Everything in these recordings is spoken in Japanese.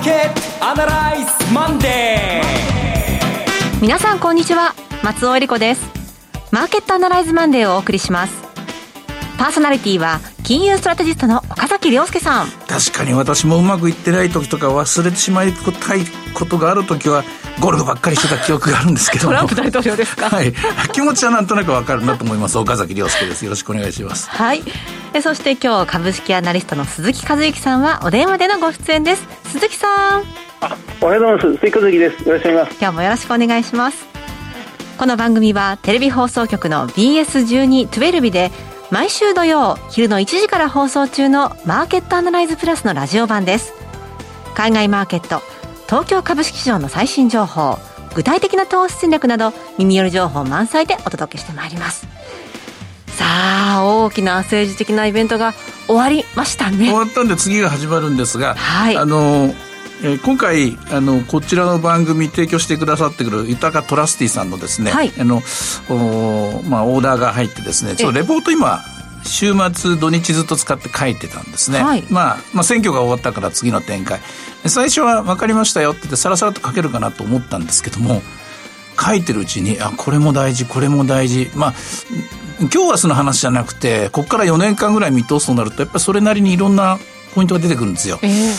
ーケットアナライズマンデー。 皆さんこんにちは、松尾恵理子です。マーケットアナライズマンデーをお送りします。パーソナリティは金融ストラテジストの岡崎亮介さん。 確かに私もうまくいってない時とか忘れてしまいたいことがある時はゴルフばっかりしてた記憶があるんですけどもトランプ大統領ですか？ はい、気持ちはなんとなくわかるなと思います。岡崎亮介です。よろしくお願いします。 はい。そして今日株式アナリストの鈴木和之さんはお電話でのご出演です。鈴木さん。 おはようございます。鈴木和之です。よろしくお願いします。 今日もよろしくお願いします。この番組はテレビ放送局の BS12-12 で毎週土曜昼の1時から放送中のマーケットアナライズプラスのラジオ版です。海外マーケット、東京株式市場の最新情報、具体的な投資戦略など耳寄り情報満載でお届けしてまいります。さあ、大きな政治的なイベントが終わりましたね。 終わったんで次が始まるんですが、 はい、 今回こちらの番組提供してくださってくる豊かトラスティさんのですね、はい、オーダーが入ってですね、ちょっとレポート今週末土日ずっと使って書いてたんですね、はい。選挙が終わったから次の展開、最初は分かりましたよって言ってサラサラと書けるかなと思ったんですけども、書いてるうちにこれも大事これも大事、今日はその話じゃなくてここから4年間ぐらい見通すとなるとやっぱりそれなりにいろんなポイントが出てくるんですよ。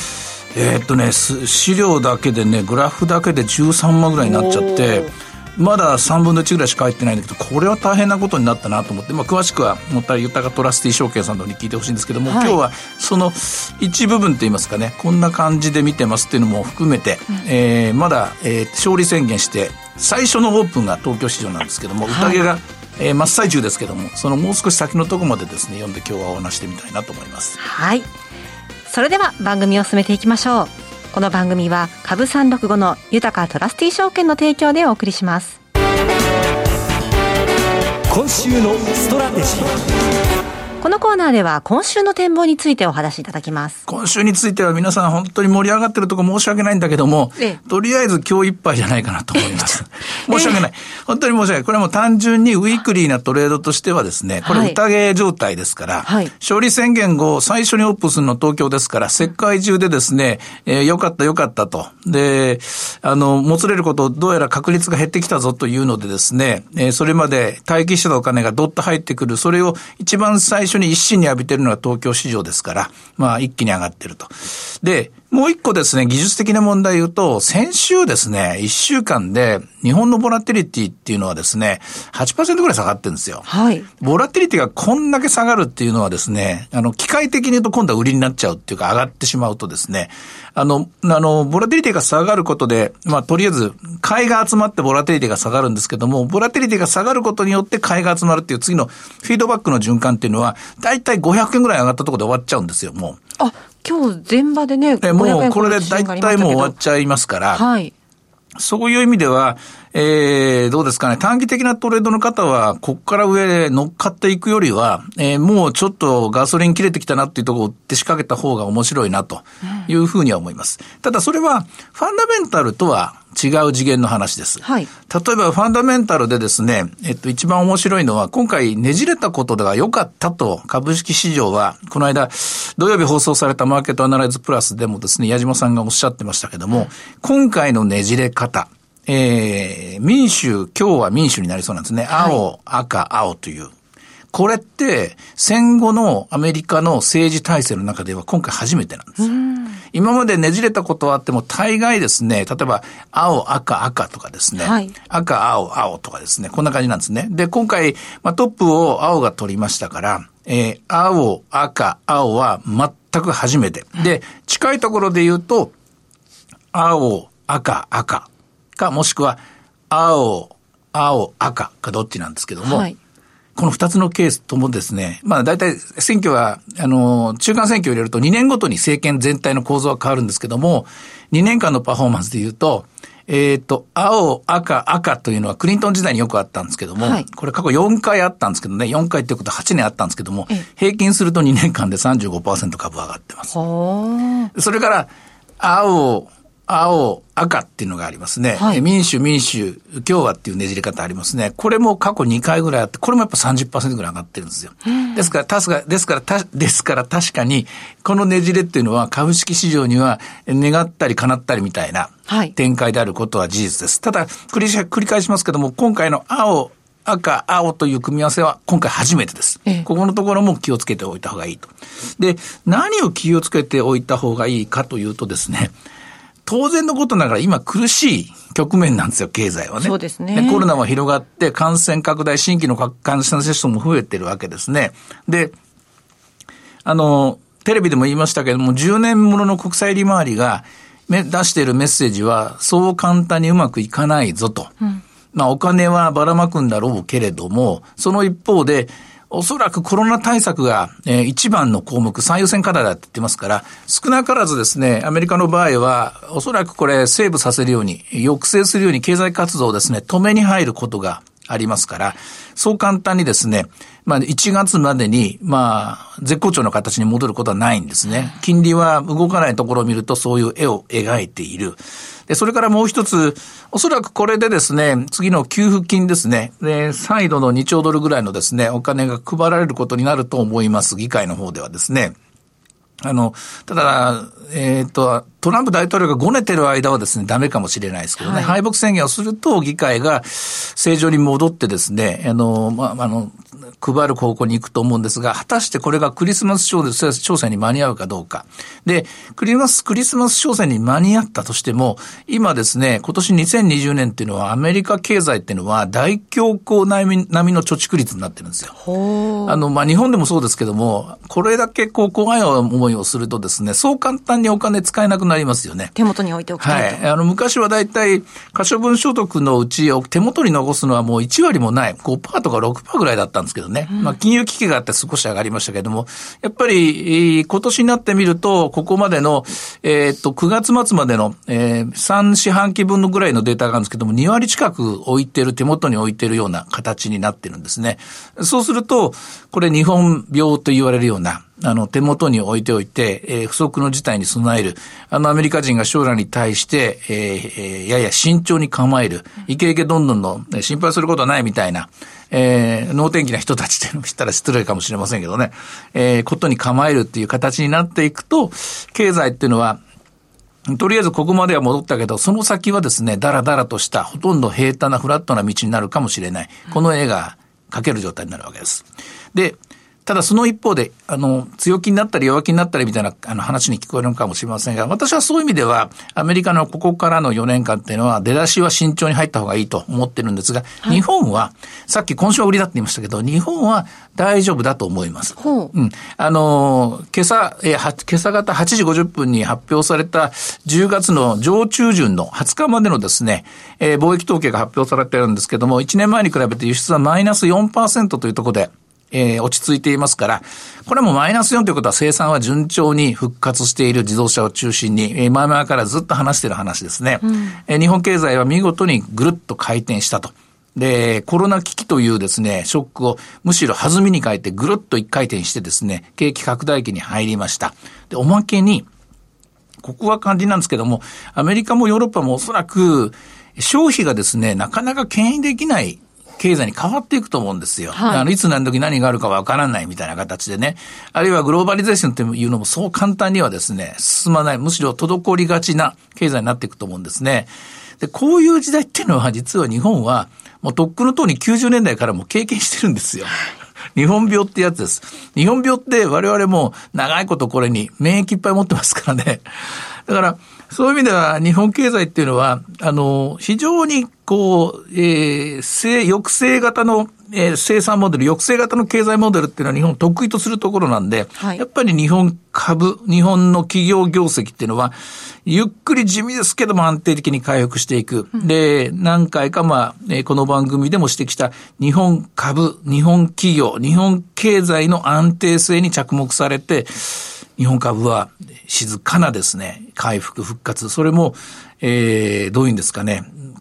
資料だけでね、グラフだけで13万ぐらいになっちゃって、まだ3分の1ぐらいしか入ってないんだけど、これは大変なことになったなと思って、詳しくはもったい豊かトラスティ証券さんの方に聞いてほしいんですけども、はい、今日はその一部分といいますかね、こんな感じで見てますっていうのも含めて、まだ、勝利宣言して最初のオープンが東京市場なんですけども、宴が、真っ最中ですけども、そのもう少し先のところまでですね読んで今日はお話してみたいなと思います。 はい、それでは番組を進めていきましょう。この番組は株365の豊かトラスティ証券の提供でお送りします。 今週のストラテジー。 このコーナーでは今週の展望についてお話しいただきます。 今週については皆さん本当に盛り上がってるとこ申し訳ないんだけども、とりあえず今日いっぱいじゃないかなと思います。申し訳ない。本当に申し訳ない。これはもう単純にウィークリーなトレードとしてはですね、これ宴状態ですから、はい、勝利宣言後最初にオープンするの東京ですから、世界中でですね、よかったよかったと。で、もつれることどうやら確率が減ってきたぞというのでですね、それまで待機してたお金がどっと入ってくる。それを一番最初に一心に浴びてるのは東京市場ですから、一気に上がってると。で、もう一個ですね、技術的な問題言うと、先週ですね、1週間で日本のボラティリティっていうのはですね、8% ぐらい下がってるんですよ。はい。ボラティリティがこんだけ下がるっていうのはですね、機械的に言うと今度は売りになっちゃうっていうか上がってしまうとですね、ボラティリティが下がることで、とりあえず買いが集まってボラティリティが下がるんですけども、ボラティリティが下がることによって買いが集まるっていう次のフィードバックの循環っていうのは、だいたい500円ぐらい上がったところで終わっちゃうんですよ、もう。 今日前場でね、 もうこれで大体もう終わっちゃいますから、はい。そういう意味では、どうですかね、短期的なトレードの方は、ここから上で乗っかっていくよりは、もうちょっとガソリン切れてきたなっていうところを売って仕掛けた方が面白いなというふうには思います。ただそれは、ファンダメンタルとは違う次元の話です。はい。例えばファンダメンタルでですね、一番面白いのは、今回ねじれたことでは良かったと、株式市場は、この間、土曜日放送されたマーケットアナライズプラスでもですね、矢島さんがおっしゃってましたけども、今回のねじれ方、民主、今日は民主になりそうなんですね。青、赤、青という。これって、戦後のアメリカの政治体制の中では今回初めてなんです。今までねじれたことはあっても大概ですね、例えば青、赤、赤とかですね、はい、赤、青、青とかですね、こんな感じなんですね。で、今回、トップを青が取りましたから、青、赤、青は全く初めて。で、近いところで言うと、青、赤、赤。かもしくは青、赤かどっちなんですけども、はい、この2つのケースともですね、だいたい選挙は中間選挙を入れると2年ごとに政権全体の構造は変わるんですけども、2年間のパフォーマンスで言うと、青、赤、赤というのはクリントン時代によくあったんですけども、はい、これ過去4回あったんですけどね、4回っていうことは8年あったんですけども、平均すると2年間で 35% 株上がってます。それから青、 青、赤っていうのがありますね。はい、民主、共和っていうねじれ方ありますね。これも過去2回ぐらいあって、これもやっぱ 30% ぐらい上がってるんですよ。ですから確かに、このねじれっていうのは株式市場には願ったり叶ったりみたいな展開であることは事実です。ただ、繰り返しますけども、今回の赤、青という組み合わせは今回初めてです。ここのところも気をつけておいた方がいいと。で、何を気をつけておいた方がいいかというとですね、当然のことながら今苦しい局面なんですよ、経済はね。 そうですね。 コロナも広がって感染拡大、新規の感染者数も増えてるわけですね。で、テレビでも言いましたけれども、10年ものの国債利回りが出しているメッセージは、そう簡単にうまくいかないぞと。お金はばらまくんだろうけれども、その一方で、おそらくコロナ対策が、一番の項目、最優先課題だって言ってますから、少なからずですね、アメリカの場合は、おそらくこれ、セーブさせるように、抑制するように経済活動をですね、止めに入ることがありますから、そう簡単にですね、1月までに、絶好調の形に戻ることはないんですね。金利は動かないところを見ると、そういう絵を描いている。で、それからもう一つ、おそらくこれでですね、次の給付金ですね、再度の2兆ドルぐらいのですね、お金が配られることになると思います。議会の方ではですね。ただ、トランプ大統領がごねてる間はですね、ダメかもしれないですけどね、敗北宣言をすると議会が正常に戻ってですね、配る方向に行くと思うんですが、果たしてこれがクリスマス商戦に間に合うかどうか。で、クリスマス商戦に間に合ったとしても、今ですね、今年2020年っていうのはアメリカ経済っていうのは大恐慌並みの貯蓄率になってるんですよ。日本でもそうですけども、これだけ怖い思いをするとですね、そう簡単にお金使えなくなりますよね。 手元に置いておきたいと。 はい。昔はだいたい可処分所得のうち手元に残すのはもう1割もない、5% とか 6% ぐらいだったんですけどね。金融危機があって少し上がりましたけれども、やっぱり、今年になってみると、ここまでの、9月末までの、3四半期分のぐらいのデータがあるんですけども、2割近く手元に置いているような形になってるんですね。そうすると、これ日本病と言われるような、手元に置いておいて、不測の事態に備える。アメリカ人が将来に対して、やや慎重に構える。イケイケどんどんの、心配することはないみたいな、能天気な人たちっていうのを知ったら失礼かもしれませんけどね、ことに構えるっていう形になっていくと、経済っていうのは、とりあえずここまでは戻ったけど、その先はですね、だらだらとしたほとんど平坦なフラットな道になるかもしれない。この絵が描ける状態になるわけです。で、ただその一方で、強気になったり弱気になったりみたいな話に聞こえるのかもしれませんが、私はそういう意味では、アメリカのここからの4年間っていうのは、出だしは慎重に入った方がいいと思ってるんですが、日本は、さっき今週は売りだって言いましたけど、日本は大丈夫だと思います。今朝方8時50分に発表された10月の上中旬の20日までのですね、貿易統計が発表されてるんですけども、1年前に比べて輸出はマイナス 4% というところで、落ち着いていますから、これもマイナス4ということは生産は順調に復活している自動車を中心に、前々からずっと話している話ですね。日本経済は見事にぐるっと回転したと。で、コロナ危機というですね、ショックをむしろ弾みに変えてぐるっと一回転してですね、景気拡大期に入りました。で、おまけに、ここは肝心なんですけども、アメリカもヨーロッパもおそらく消費がですね、なかなか牽引できない経済に変わっていくと思うんですよ。いつ何時何があるかわからないみたいな形でね。あるいはグローバリゼーションというのもそう簡単にはですね、進まない、むしろ滞りがちな経済になっていくと思うんですね。で、こういう時代っていうのは実は日本はもうとっくのとおり90年代からも経験してるんですよ。日本病ってやつです。日本病って我々も長いことこれに免疫いっぱい持ってますからね。だから、そういう意味では日本経済っていうのは、非常に抑制型の、生産モデル、抑制型の経済モデルっていうのは日本得意とするところなんで、やっぱり日本株、日本の企業業績っていうのは、ゆっくり地味ですけども安定的に回復していく。で、何回かこの番組でも指摘した日本株、日本企業、日本経済の安定性に着目されて、日本株は静かなですね、回復、復活。それも、どういうんですかね、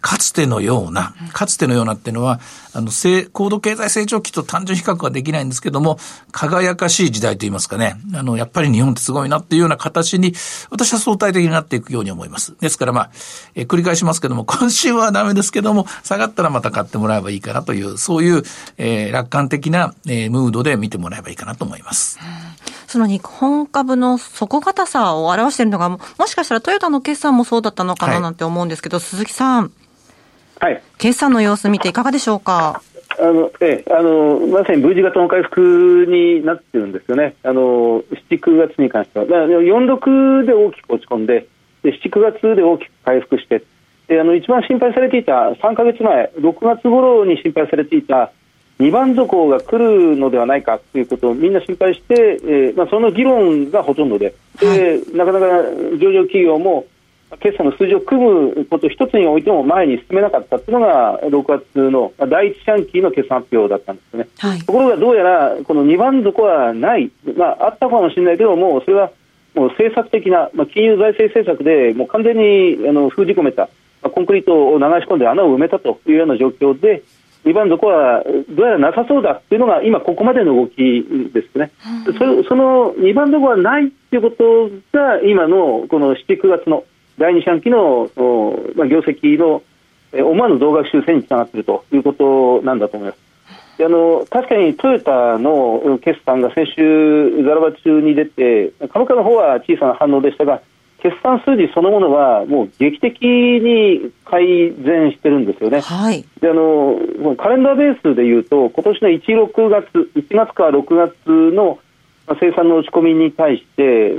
かつてのようなっていうのは、高度経済成長期と単純比較はできないんですけども、輝かしい時代と言いますかね、やっぱり日本ってすごいなっていうような形に、私は相対的になっていくように思います。ですから繰り返しますけども、今週はダメですけども、下がったらまた買ってもらえばいいかなという、そういう、楽観的な、ムードで見てもらえばいいかなと思います。 その日本株の底堅さを表しているのが、もしかしたらトヨタの決算もそうだったのかななんて思うんですけど、鈴木さん。はい。決算の様子見ていかがでしょうか。 まさに V 字型の回復になってるんですよね。7、9月に関しては。46で大きく落ち込んで、7、9月で大きく回復して、一番心配されていた3ヶ月前、6月頃に心配されていた2番底が来るのではないかということをみんな心配して、その議論がほとんどで、なかなか上場企業も決算の数字を組むこと一つにおいても前に進めなかったというのが6月の第一四半期の決算発表だったんですね、ところがどうやらこの2番底はない、あったかもしれないけども、それはもう政策的な、金融財政政策でもう完全に封じ込めた、コンクリートを流し込んで穴を埋めたというような状況で、2番底はどうやらなさそうだというのが今ここまでの動きですね、その2番底はないということが今のこの7、9月の第2四半期の業績の思わぬ増額修正につながっているということなんだと思います。で確かにトヨタの決算が先週ザラバ中に出て、株価の方は小さな反応でしたが、決算数字そのものはもう劇的に改善してるんですよね、はい、でカレンダーベースでいうと今年の1月から6月の生産の落ち込みに対して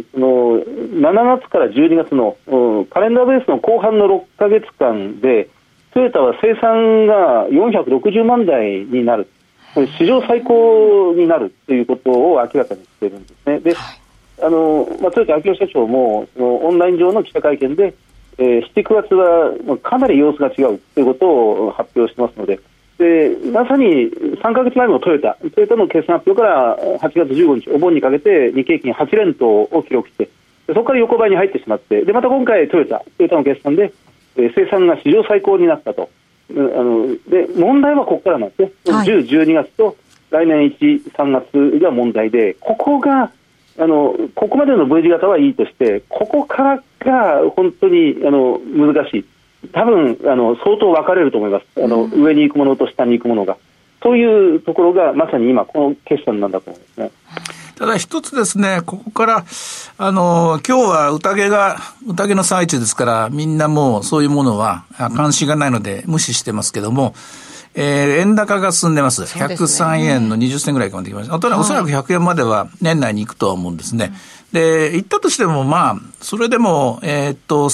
7月から12月のカレンダーベースの後半の6ヶ月間でトヨタは生産が460万台になる、史上最高になるということを明らかにしているんですね。で、トヨタ秋吉社長もオンライン上の記者会見で、7、9月はかなり様子が違うということを発表してますので、まさに3ヶ月前のトヨタの決算発表から8月15日お盆にかけて日経平均8連投を記録して、そこから横ばいに入ってしまって、でまた今回トヨタの決算で生産が史上最高になったと。で問題はここからなんですね、はい、10、12月と来年1、3月が問題で、ここがここまでの V 字型はいいとして、ここからが本当に難しい。多分相当分かれると思います。上に行くものと下に行くものが、そういうところがまさに今この決算なんだと思いますね。 ただ一つですね、ここから今日は宴の最中ですから、みんなもうそういうものは関心がないので無視してますけども、円高が進んでます。103円の20銭ぐらいまで来ました。おそらく100円までは年内に行くとは思うんですね。で、行ったとしてもそれでも、今年の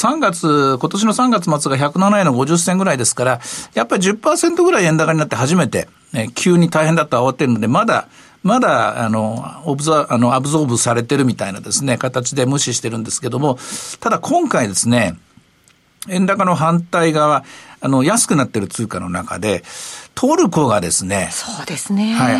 3月末が107円の50銭ぐらいですから、やっぱり 10% ぐらい円高になって初めて、急に大変だと慌てるので、まだ、アブゾーブされてるみたいなですね、形で無視してるんですけども、ただ今回ですね、円高の反対側、安くなってる通貨の中で、トルコがですね、 そうですね。 はい、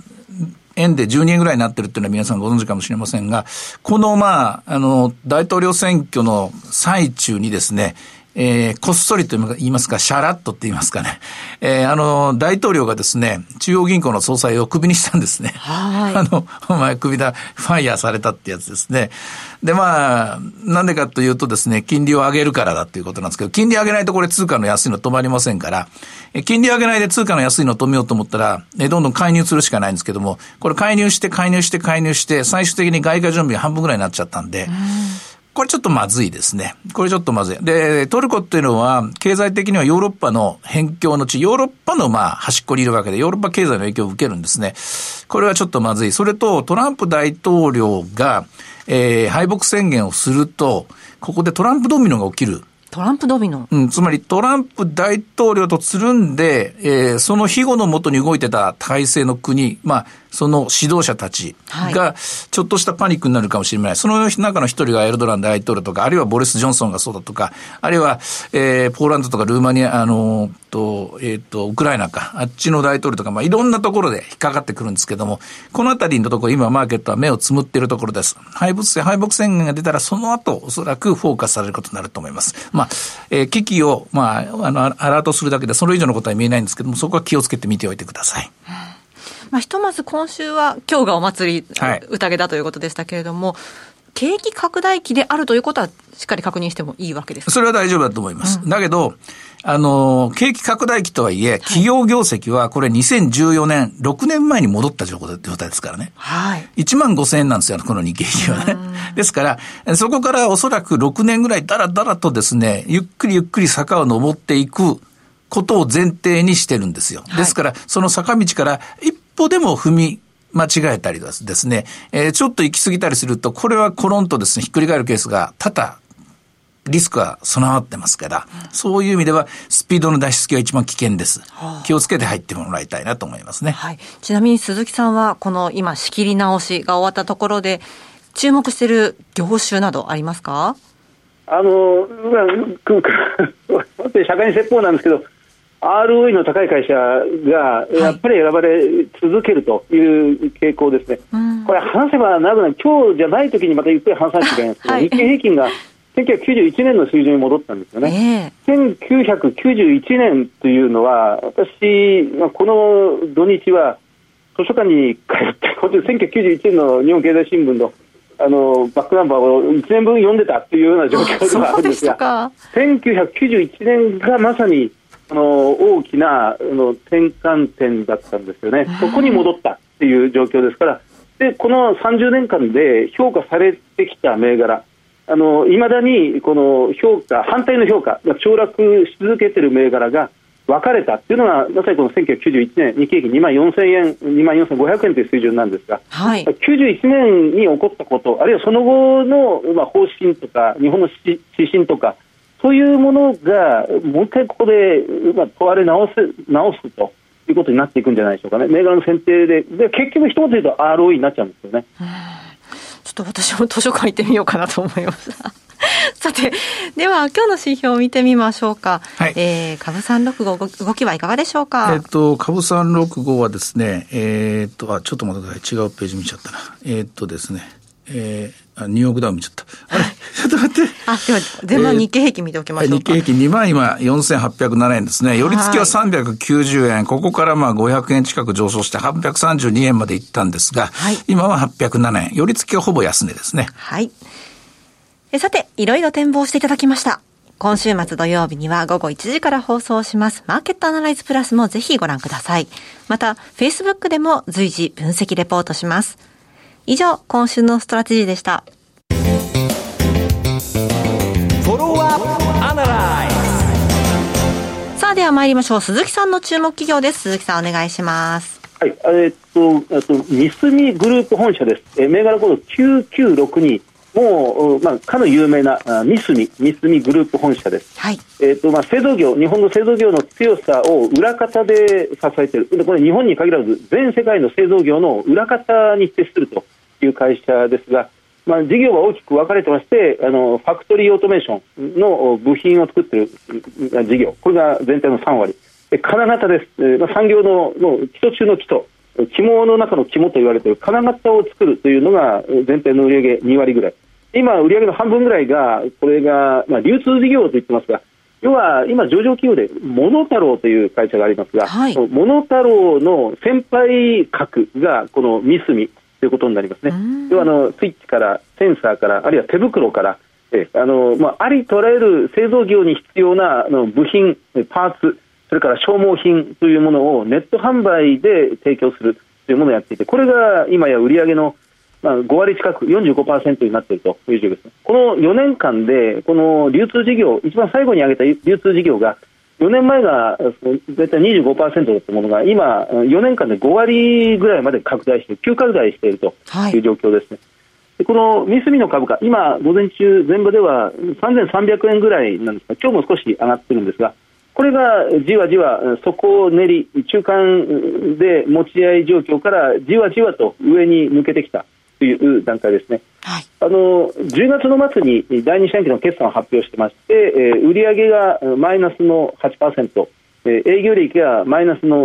円で12円ぐらいになってるっていうのは皆さんご存知かもしれませんが、この大統領選挙の最中にですね、こっそりと言いますか、シャラッとって言いますかね、大統領がですね、中央銀行の総裁をクビにしたんですね。はい。お前クビだ、ファイヤーされたってやつですね。で、なんでかというとですね、金利を上げるからだっていうことなんですけど、金利上げないとこれ通貨の安いの止まりませんから、金利上げないで通貨の安いのを止めようと思ったら、どんどん介入するしかないんですけども、これ介入して、最終的に外貨準備が半分ぐらいになっちゃったんで、これちょっとまずいですね。で、トルコっていうのは、経済的にはヨーロッパの辺境の地、ヨーロッパの端っこにいるわけで、ヨーロッパ経済の影響を受けるんですね。これはちょっとまずい。それと、トランプ大統領が、敗北宣言をすると、ここでトランプドミノが起きる。 トランプドミノ、 つまりトランプ大統領とつるんで、その庇護のもとに動いてた体制の国、 その指導者たちがちょっとしたパニックになるかもしれない。その中の一人がエルドラン大統領とか、あるいはボリス・ジョンソンがそうだとか、あるいは、ポーランドとかルーマニア、ウクライナか、あっちの大統領とか、いろんなところで引っかかってくるんですけども、このあたりのところ、今マーケットは目をつむっているところです。敗北宣言が出たら、その後、おそらくフォーカスされることになると思います。危機を、アラートするだけで、それ以上のことは見えないんですけども、そこは気をつけて見ておいてください。 ひとまず今週は今日がお祭り、宴だということでしたけれども、景気拡大期であるということはしっかり確認してもいいわけですか？ それは大丈夫だと思います。だけど、景気拡大期とはいえ、企業業績はこれ2014年、6年前に戻った状態ですからね。15,000円なんですよ、この日経平均はね。ですから、そこからおそらく6年ぐらいだらだらとですね、ゆっくり坂を登っていくことを前提にしてるんですよ。ですから、その坂道から一歩でも踏み間違えたりですね、ちょっと行き過ぎたりすると、これはコロンとですね、ひっくり返るケースが多々、リスクは備わってますから、そういう意味では、スピードの出し付けが一番危険です。気をつけて入ってもらいたいなと思いますね。 ちなみに鈴木さんは、この今、仕切り直しが終わったところで、注目している業種などありますか？ 社会に説法なんですけど、ROE の高い会社がやっぱり選ばれ続けるという傾向ですね。これ話せば長くなる。今日じゃない時にまたゆっくり話さなきゃいけないんですけど、日経平均が1991年の水準に戻ったんですよね。1991年というのは、私、この土日は図書館に通って、1991年の日本経済新聞のバックナンバーを1年分読んでたというような状況ではあるんですが、1991年がまさに大きな転換点だったんですよね。そこに戻ったっていう状況ですから、でこの30年間で評価されてきた銘柄、いまだにこの反対の評価が凋落し続けている銘柄が分かれたっていうのが、まさにこの1991年、日経平均24,000円、24,500円という水準なんですが、91年に起こったこと、あるいはその後の方針とか、日本の指針とか、そういうものがもう一回ここで問われ直すということになっていくんじゃないでしょうかね。銘柄の選定で結局一言言うと ROE になっちゃうんですよね。 ちょっと私も図書館行ってみようかなと思いましたさて、では今日の指標を見てみましょうか。株365動きはいかがでしょうか。 株365はですね、ちょっと待ってください。違うページ見ちゃったな。ですね、ニューヨークダウン見ちゃった。あれちょっと待って。 では全部日経平均見ておきましょうか。 日経平均2万今4,807円ですね。寄り付きは390円。ここから500円近く上昇して832円までいったんですが、今は807円。寄り付きはほぼ安値ですね。 さて、いろいろ展望していただきました。今週末土曜日には午後1時から放送しますマーケットアナライズプラスもぜひご覧ください。また Facebook でも随時分析レポートします。以上、今週のストラテジーでした。さあ、では参りましょう。鈴木さんの注目企業です。鈴木さん、お願いします。 ミスミグループ本社です。銘柄コード9962。もう、かの有名なミスミグループ本社です。製造業、日本の製造業の強さを裏方で支えている。これ日本に限らず全世界の製造業の裏方に接するという会社ですが、事業は大きく分かれてまして、ファクトリーオートメーションの部品を作っている事業、これが全体の3割。金型です。産業の基礎中の基礎。肝の中の肝と言われている金型を作るというのが全体の売上2割ぐらい。今売上の半分ぐらいがこれが、流通事業と言ってますが、要は今上場企業でモノタロウという会社がありますが、モノタロウの先輩格がこのミスミということになりますね。要はスイッチからセンサーからあるいは手袋からありとあらゆる製造業に必要な部品パーツ、それから消耗品というものをネット販売で提供するというものをやっていて、これが今や売上の5割近く 45% になっているという状況です。この4年間でこの流通事業、一番最後に挙げた流通事業が4年前がだいたい 25% だったものが今4年間で5割ぐらいまで拡大して急拡大しているという状況ですね。でこのミスミの株価、今午前中前場では3300円ぐらいなんですが、今日も少し上がってるんですが、ここれがじわじわ底を練り中間で持ち合い状況からじわじわと上に抜けてきたという段階ですね。 はい、 10月の末に第2四半期の決算を発表してまして、売上がマイナスの 8%、営業利益がマイナスの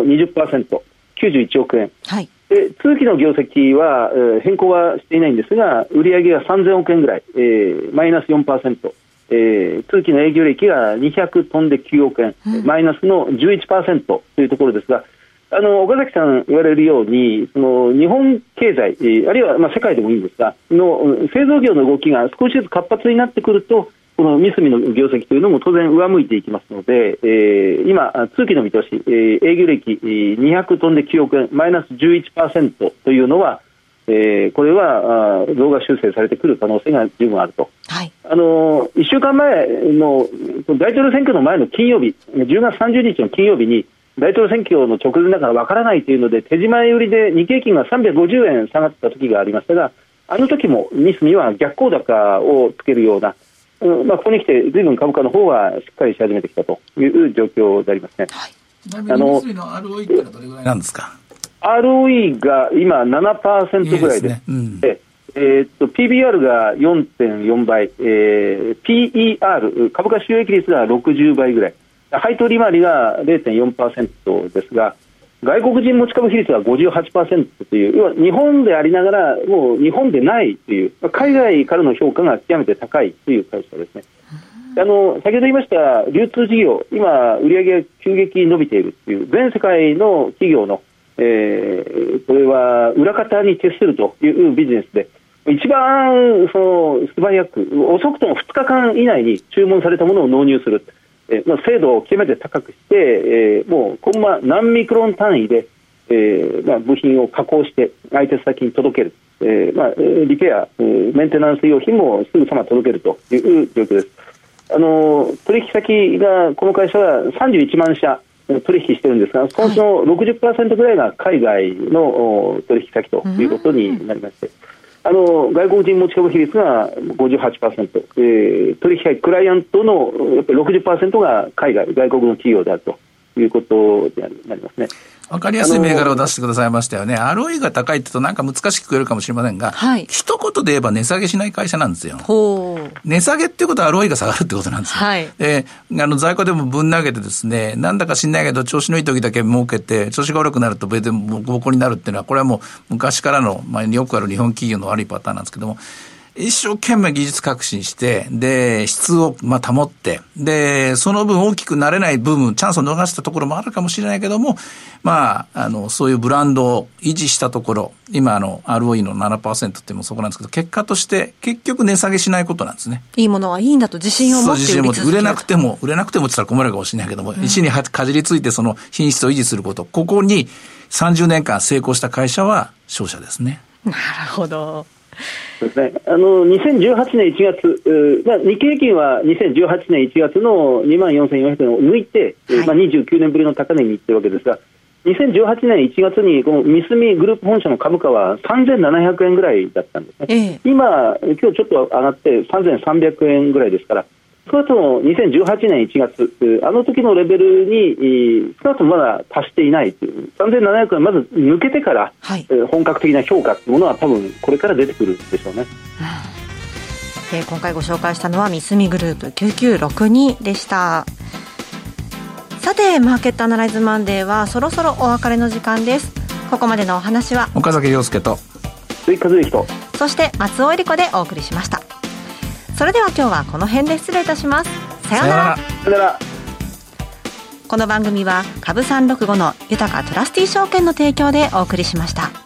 20%、91億円、 はい、 で通期の業績は、変更はしていないんですが、売上が3000億円ぐらい、マイナス 4%、通期の営業利益が200飛んで9億円、マイナスの 11% というところですが、岡崎さん言われるように、その日本経済、あるいは世界でもいいんですが、の製造業の動きが少しずつ活発になってくると、この三隅の業績というのも当然上向いていきますので、今、通期の見通し、営業利益200飛んで9億円、マイナス 11% というのは、これは増加修正されてくる可能性が十分あると。 はい、 1週間前の大統領選挙の前の金曜日、10月30日の金曜日に、大統領選挙の直前だからわからないというので、手締まい売りで日経金が350円下がった時がありましたが、あの時も三隅は逆行高をつけるような、ここに来て随分株価の方はしっかりし始めてきたという状況でありますね。 はい、三隅の ROE ってのはどれぐらいなんですか。 ROE が今 7% ぐらいです。PBR が 4.4 倍、PER 株価収益率が60倍ぐらい、配当利回りが 0.4% ですが、外国人持ち株比率は 58% という、要は日本でありながらもう日本でないという、海外からの評価が極めて高いという会社ですね。先ほど言いました流通事業、今売上が急激に伸びているという、全世界の企業の、これは裏方に徹するというビジネスで、一番素早く遅くとも2日間以内に注文されたものを納入する、精度を極めて高くして、もうコンマ何ミクロン単位で、部品を加工して相手先に届ける、リペア、メンテナンス用品もすぐさま届けるという状況です。取引先がこの会社は31万社取引してるんですが、そのうちの 60% ぐらいが海外の取引先ということになりまして、外国人持ち株比率が 58%、取引先クライアントのやっぱり 60% が外国の企業であるということになりますね。 分かりやすい銘柄を出してくださいましたよね。ROE が高いって言うとなんか難しく聞こえるかもしれませんが、はい、一言で言えば値下げしない会社なんですよ。値下げっていうことは ROE が下がるってことなんですよ。はい、在庫でもぶん投げてですね、なんだか知んないけど調子のいい時だけ儲けて、調子が悪くなると別にボコボコになるっていうのは、これはもう昔からの、よくある日本企業の悪いパターンなんですけども、一生懸命技術革新して、で、質を保って、で、その分大きくなれない部分、チャンスを逃したところもあるかもしれないけども、そういうブランドを維持したところ、今ROE の 7% っていうのもそこなんですけど、結果として結局値下げしないことなんですね。 いいものはいいんだと自信を持って売り続ける。 売れなくてもって言ったら困るかもしれないけども、石にかじりついてその品質を維持すること、ここに30年間成功した会社は商社ですね。 なるほど。 そうですね、2018年1月、日経平均は2018年1月の 24,400 円を抜いて、29年ぶりの高値にいってるわけですが、2018年1月にこの三菱グループ本社の株価は3700円ぐらいだったんですね。今日ちょっと上がって3300円ぐらいですから、少なくとも2018年1月、あの時のレベルに少なくともまだ達していないという、3700円まず抜けてから、本格的な評価というものは多分これから出てくるでしょうね。 今回ご紹介したのは三菱グループ9962でした。さて、マーケットアナライズマンデーはそろそろお別れの時間です。ここまでのお話は岡崎亮介と鈴木和之と、 そして松尾恵理子でお送りしました。それでは今日はこの辺で失礼いたします。さようなら。 さようなら。 この番組は株365の豊かトラスティ証券の提供でお送りしました。